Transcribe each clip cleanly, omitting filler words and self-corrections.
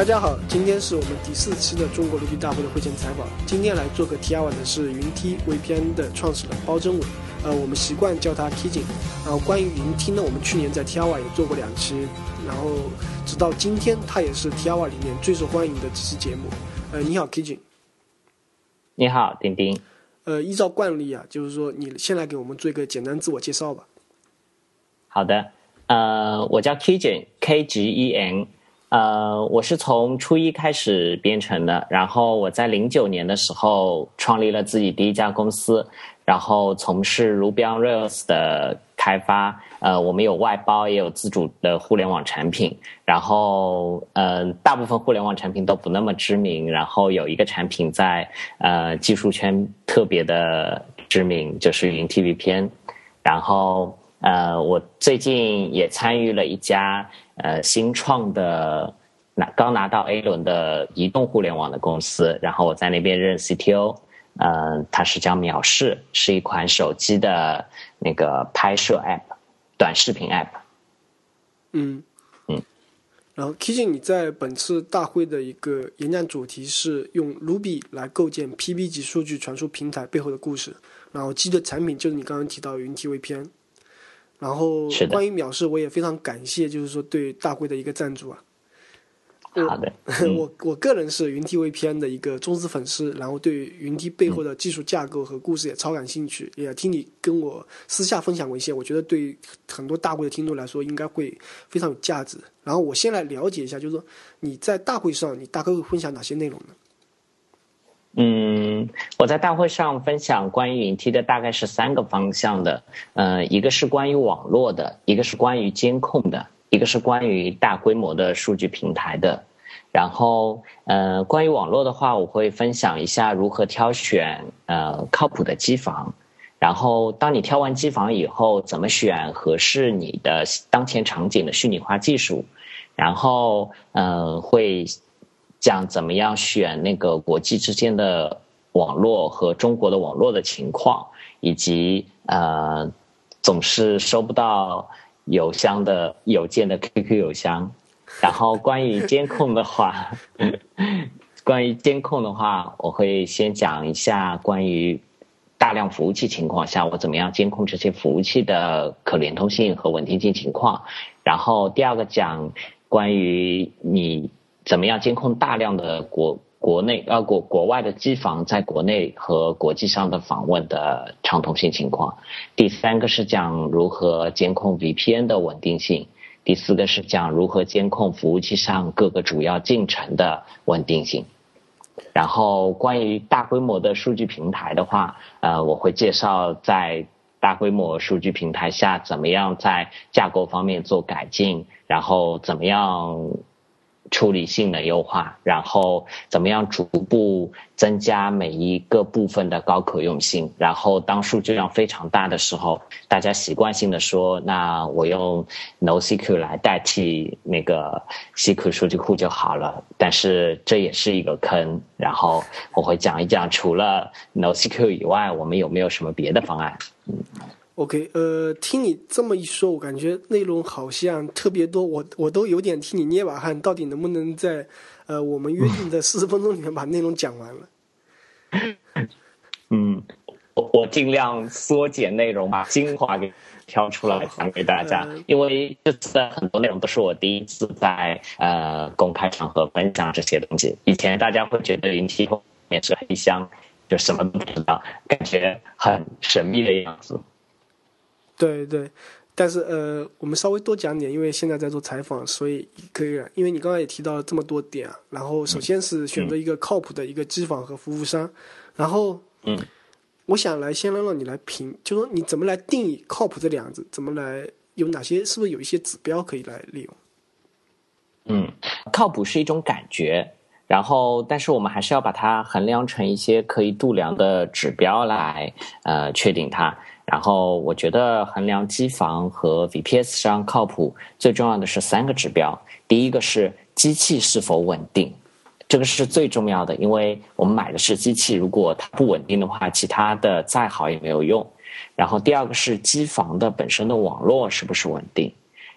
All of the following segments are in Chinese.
大家好，今天是我们第4期的中国卢比大会的会前采访。今天来做个提亚碗的是云梯 VPN 的创始人包真伟，我们习惯叫他 Kijin。然后关于云梯呢，我们去年在提亚碗也做过2期，然后直到今天，他也是提亚碗里面最受欢迎的几期节目。你好 Kijin。 你好，丁丁。 依照惯例啊，就是说你先来给我们做一个简单自我介绍吧。 好的，我叫 Kijin KGEN。我是从初一开始编程的，然后我在09年的时候创立了自己第一家公司，然后从事 Ruby on Rails 的开发。我们有外包也有自主的互联网产品，然后大部分互联网产品都不那么知名，然后有一个产品在技术圈特别的知名，就是云梯 VPN。然后我最近也参与了一家新创的刚拿到 A 轮的移动互联网的公司，然后我在那边任 CTO。它是叫秒视，是一款手机的那个拍摄 App， 短视频 App。 然后 Kijin 你在本次大会的一个演讲主题是用 Ruby 来构建 PB 级数据传输平台背后的故事，然后基的产品就是你刚刚提到云梯 VPN。然后关于秒视，我也非常感谢，就是说对大会的一个赞助啊。 好的。 我个人是云梯 VPN 的一个忠实粉丝，然后对云梯背后的技术架构和故事也超感兴趣，也听你跟我私下分享过一些，我觉得对很多大会的听众来说应该会非常有价值。然后我先来了解一下，就是说你在大会上你大概会分享哪些内容呢？ 我在大会上分享关于云梯的大概是3个方向的，一个是关于网络的，一个是关于监控的，一个是关于大规模的数据平台的。然后关于网络的话，我会分享一下如何挑选靠谱的机房，然后当你挑完机房以后，怎么选合适你的当前场景的虚拟化技术，然后会讲怎么样选那个国际之间的网络和中国的网络的情况，以及总是收不到邮件的 QQ 邮箱。然后关于监控的话我会先讲一下关于大量服务器情况下我怎么样监控这些服务器的可连通性和稳定性情况。然后第2个讲关于你怎么样监控大量的国外的机房在国内和国际上的访问的畅通性情况。第3个是讲如何监控 VPN 的稳定性。第4个是讲如何监控服务器上各个主要进程的稳定性。然后关于大规模的数据平台的话，我会介绍在大规模数据平台下怎么样在架构方面做改进，然后怎么样处理性能优化，然后怎么样逐步增加每一个部分的高可用性。然后当数据量非常大的时候，大家习惯性的说，那我用 NoSQL 来代替那个 SQL 数据库就好了，但是这也是一个坑。然后我会讲一讲除了 NoSQL 以外，我们有没有什么别的方案。 OK， 听你这么一说，我感觉内容好像特别多，我都有点替你捏把汗，到底能不能在我们约定的40分钟里面把内容讲完了？ 我尽量缩减内容，把精华给挑出来讲给大家，因为这次的很多内容都是我第一次在公开场合分享这些东西。以前大家会觉得云梯后面是黑箱，就什么都不知道，感觉很神秘的样子。 对对，但是我们稍微多讲点，因为现在在做采访，所以可以。因为你刚才也提到了这么多点啊，然后首先是选择一个靠谱的一个机房和服务商，然后我想先让你来就说你怎么来定义靠谱这2个字，怎么来有哪些，是不是有一些指标可以来利用？ 靠谱是一种感觉，然后但是我们还是要把它衡量成一些可以度量的指标来确定它。然后我觉得衡量机房和 VPS 上靠谱最重要的是3个指标。第一个是机器是否稳定，这个是最重要的，因为我们买的是机器，如果它不稳定的话，其他的再好也没有用。然后第2个是机房的本身的网络是不是稳定。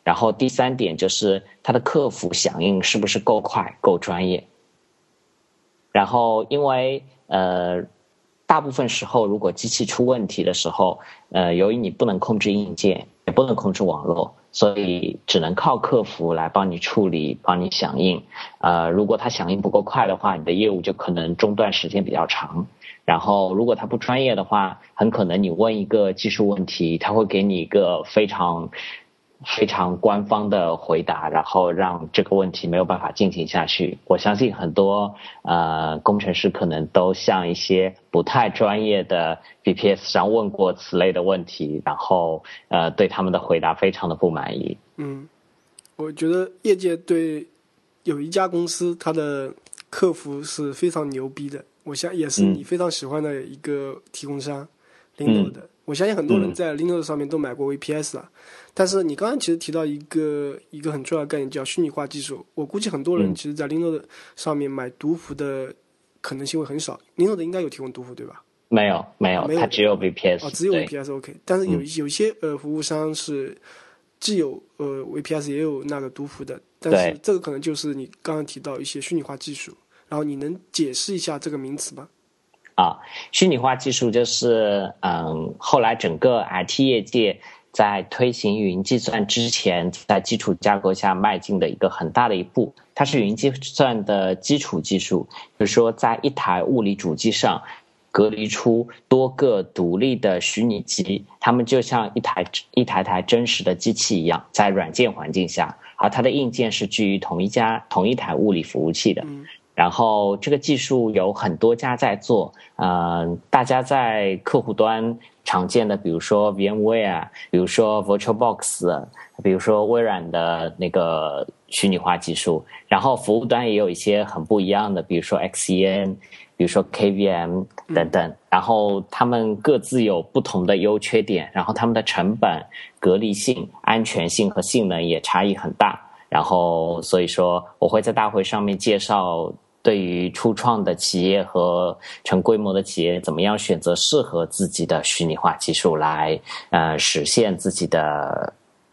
然后第三点就是它的客服响应是不是够快、够专业。然后因为大部分时候如果机器出问题的时候，由于你不能控制硬件，也不能控制网络，所以只能靠客服来帮你处理、帮你响应。如果它响应不够快的话，你的业务就可能中断时间比较长。然后如果它不专业的话，很可能你问一个技术问题，它会给你一个非常官方的回答，然后让这个问题没有办法进行下去。我相信很多工程师可能都向一些不太专业的 VPS 商问过此类的问题，然后对他们的回答非常的不满意。 我觉得业界对有一家公司它的客服是非常牛逼的，我想也是你非常喜欢的一个提供商，Linode 的。我相信很多人在 Linode 上面都买过 VPS 啊。但是你刚刚其实提到一个很重要的概念叫虚拟化技术，我估计很多人其实在 Linode 上面买读服的可能性会很少。Linode 应该有提供读服对吧？ 没有，它只有 VPS。 只有 VPS OK。但是有一些服务商是既有VPS 也有那个读服的，但是这个可能就是你刚刚提到一些虚拟化技术，然后你能解释一下这个名词吗？ 虚拟化技术就是后来整个 IT 业界在推行云计算之前，在基础架构下迈进的一个很大的一步。它是云计算的基础技术，就是说在一台物理主机上隔离出多个独立的虚拟机，它们就像一台真实的机器一样，在软件环境下，而它的硬件是基于同一台物理服务器的。然后这个技术有很多家在做，大家在客户端常见的，比如说 VMware， 比如说 VirtualBox， 比如说微软的那个虚拟化技术，然后服务端也有一些很不一样的，比如说 XEN， 比如说 KVM 等等，然后他们各自有不同的优缺点，然后他们的成本、隔离性、安全性和性能也差异很大。然后所以说我会在大会上面介绍对于初创的企业和成规模的企业怎么样选择适合自己的虚拟化技术来实现自己的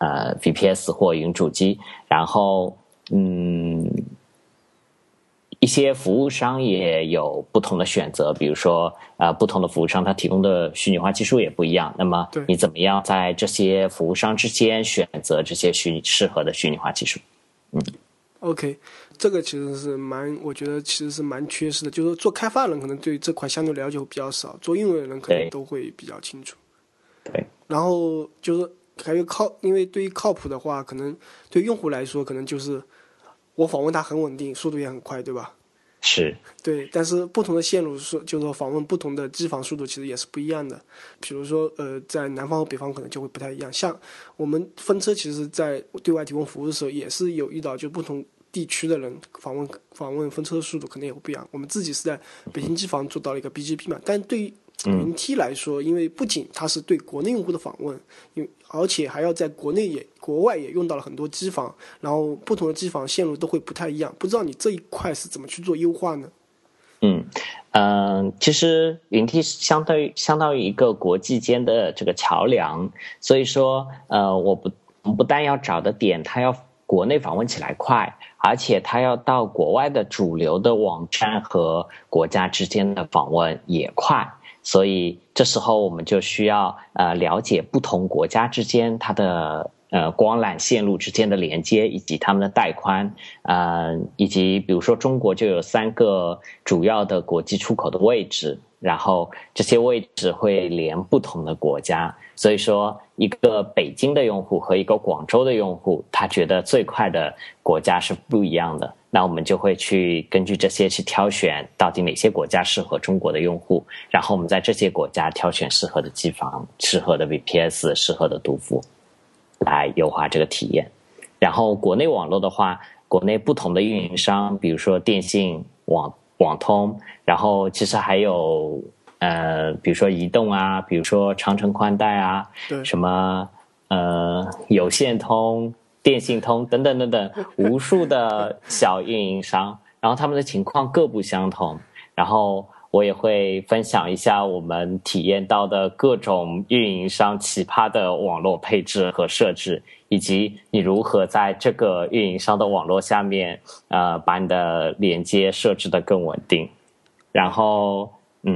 VPS 或云主机。然后一些服务商也有不同的选择，比如说不同的服务商他提供的虚拟化技术也不一样，那么你怎么样在这些服务商之间选择这些适合的虚拟化技术 ？OK， 这个其实是我觉得其实是蛮缺失的，就是说做开发人可能对这块相对了解会比较少，做应用的人可能都会比较清楚。 对。然后就是还有因为对于靠谱的话，可能对用户来说，可能就是我访问它很稳定，速度也很快，对吧？ 是。 对，但是不同的线路就是说访问不同的机房速度其实也是不一样的。比如说在南方和北方可能就会不太一样。像我们分车其实在对外提供服务的时候也是有遇到就不同地区的人访问分车的速度可能也会不一样。我们自己是在北京机房做到了一个 BGP 嘛，但对于云梯来说，因为不仅它是对国内用户的访问，而且还要在国外也用到了很多机房，然后不同的机房线路都会不太一样。不知道你这一块是怎么去做优化呢？ 其实云梯相当于一个国际间的这个桥梁，所以说我们不但要找的点它要国内访问起来快，而且它要到国外的主流的网站和国家之间的访问也快。所以这时候我们就需要了解不同国家之间它的光缆线路之间的连接以及它们的带宽，以及比如说中国就有3个主要的国际出口的位置，然后这些位置会连不同的国家，所以说一个北京的用户和一个广州的用户，他觉得最快的国家是不一样的。那我们就会去根据这些去挑选到底哪些国家适合中国的用户，然后我们在这些国家挑选适合的机房、适合的 VPS、适合的读服，来优化这个体验。然后国内网络的话，国内不同的运营商，比如说电信、网通，然后其实还有比如说移动啊，比如说长城宽带啊，什么有线通、电信通等等等等，无数的小运营商，然后他们的情况各不相同。然后我也会分享一下我们体验到的各种运营商奇葩的网络配置和设置，以及你如何在这个运营商的网络下面把你的连接设置得更稳定。然后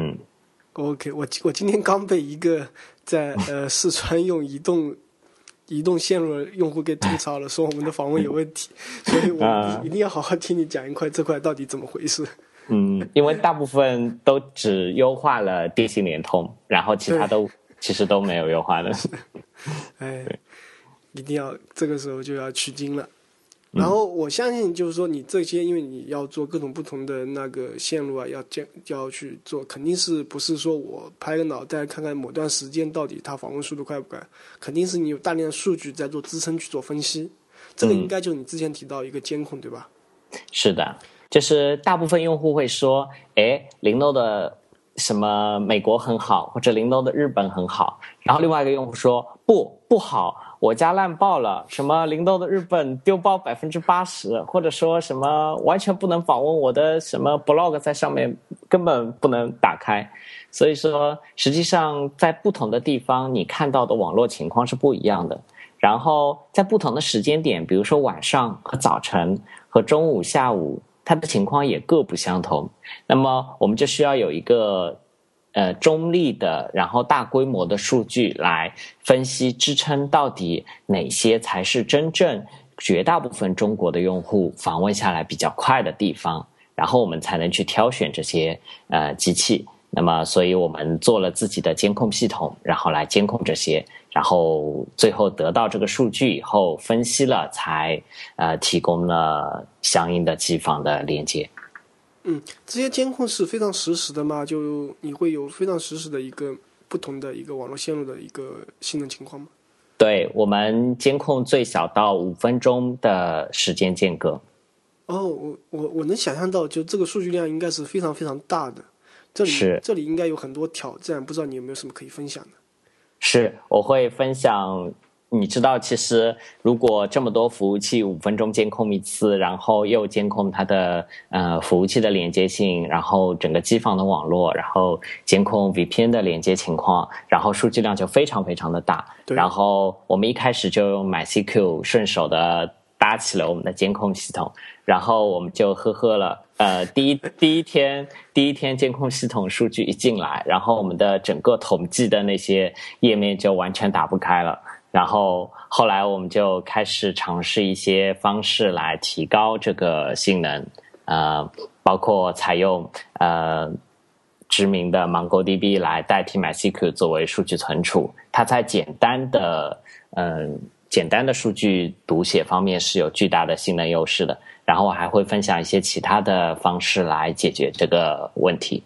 OK， 我今天刚被一个在四川用移动线路的用户给吐槽了，说我们的访问有问题，所以我一定要好好听你讲这块到底怎么回事。 因为大部分都只优化了电信联通，然后其他都其实都没有优化的。 哎，一定要这个时候就要取经了。然后我相信就是说你这些，因为你要做各种不同的那个线路啊，要去做，肯定是不是说我拍个脑袋看看某段时间到底它访问速度快不快，肯定是你有大量的数据在做支撑去做分析。这个应该就是你之前提到一个监控，对吧？ 是的，就是大部分用户会说，零漏的什么美国很好，或者零漏的日本很好，然后另外一个用户说不好，我家烂爆了，什么零漏的日本丢包80%，或者说什么完全不能访问我的什么 blog 在上面根本不能打开。所以说实际上在不同的地方你看到的网络情况是不一样的，然后在不同的时间点，比如说晚上和早晨和中午下午，它的情况也各不相同。那么我们就需要有一个中立的然后大规模的数据来分析支撑到底哪些才是真正绝大部分中国的用户访问下来比较快的地方，然后我们才能去挑选这些机器。那么所以我们做了自己的监控系统，然后来监控这些，然后最后得到这个数据以后分析了，才提供了相应的机房的连接。 这些监控是非常实时的吗？就你会有非常实时的一个不同的一个网络线路的一个性能情况吗？ 对，我们监控最小到5分钟的时间间隔。 我能想象到，就这个数据量应该是非常非常大的。这里应该有很多挑战，不知道你有没有什么可以分享的？ 是，我会分享。你知道，其实如果这么多服务器5分钟监控一次，然后又监控它的服务器的连接性，然后整个机房的网络，然后监控 VPN 的连接情况，然后数据量就非常非常的大。然后我们一开始就用 MySQL 顺手的搭起了我们的监控系统，然后我们就呵了。第一天监控系统数据一进来，然后我们的整个统计的那些页面就完全打不开了。然后后来我们就开始尝试一些方式来提高这个性能，包括采用知名的 MongoDB 来代替 MySQL 作为数据存储，它在简单的数据读写方面是有巨大的性能优势的。然后我还会分享一些其他的方式来解决这个问题。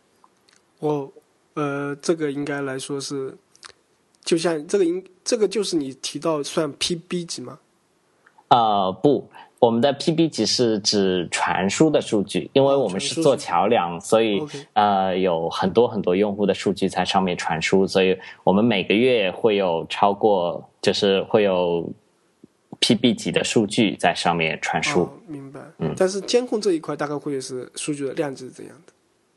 这个应该来说是，就像这个就是你提到算 PB 级吗？ 不，我们的 PB 级是指传输的数据，因为我们是做桥梁，所以有很多很多用户的数据在上面传输，所以我们每个月会有超过，就是会有PB 级的数据在上面传输。 明白。但是监控这一块大概会是数据的量值是怎样的？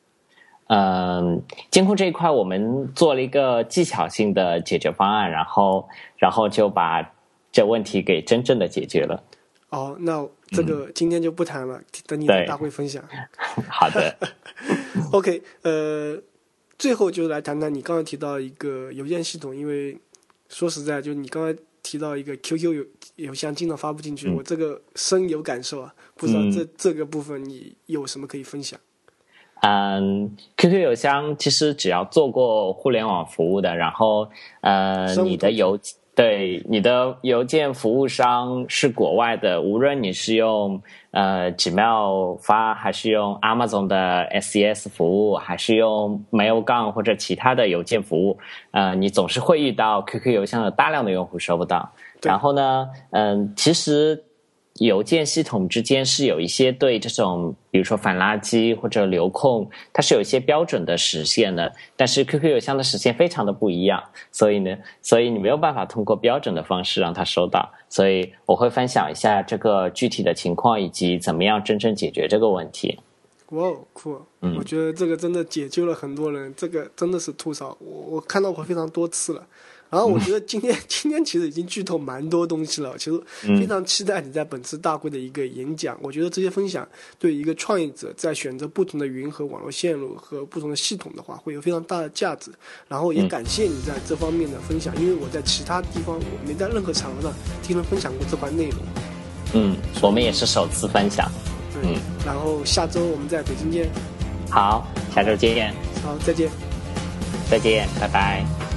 监控这一块我们做了一个技巧性的解决方案，然后就把这问题给真正的解决了。 那这个今天就不谈了，等你的大会分享。 好的。 OK， 最后就来谈谈你刚刚提到一个邮件系统，因为说实在，就你刚才提到一个 QQ 邮箱经常发布进去，我这个深有感受啊，不知道这个部分你有什么可以分享 ？QQ 邮箱其实只要做过互联网服务的，然后你的邮件服务商是国外的，无论你是用Gmail 发，还是用 Amazon 的 SES 服务，还是用 Mailgun 或者其他的邮件服务，你总是会遇到 QQ 邮箱有大量的用户收不到。然后呢，其实邮件系统之间是有一些对这种比如说反垃圾或者流控，它是有一些标准的实现的，但是 QQ 邮箱的实现非常的不一样，所以你没有办法通过标准的方式让它收到。所以我会分享一下这个具体的情况以及怎么样真正解决这个问题。 哇哦，酷！我觉得这个真的解救了很多人，这个真的是吐槽，我看到过非常多次了。然后我觉得今天其实已经剧透蛮多东西了，其实非常期待你在本次大会的一个演讲。我觉得这些分享对一个创业者在选择不同的云和网络线路和不同的系统的话，会有非常大的价值。然后也感谢你在这方面的分享，因为我在其他地方我没在任何场合上听人分享过这块内容。 我们也是首次分享。 然后下周我们在北京见。 好，下周见。 好，再见。 再见，拜拜。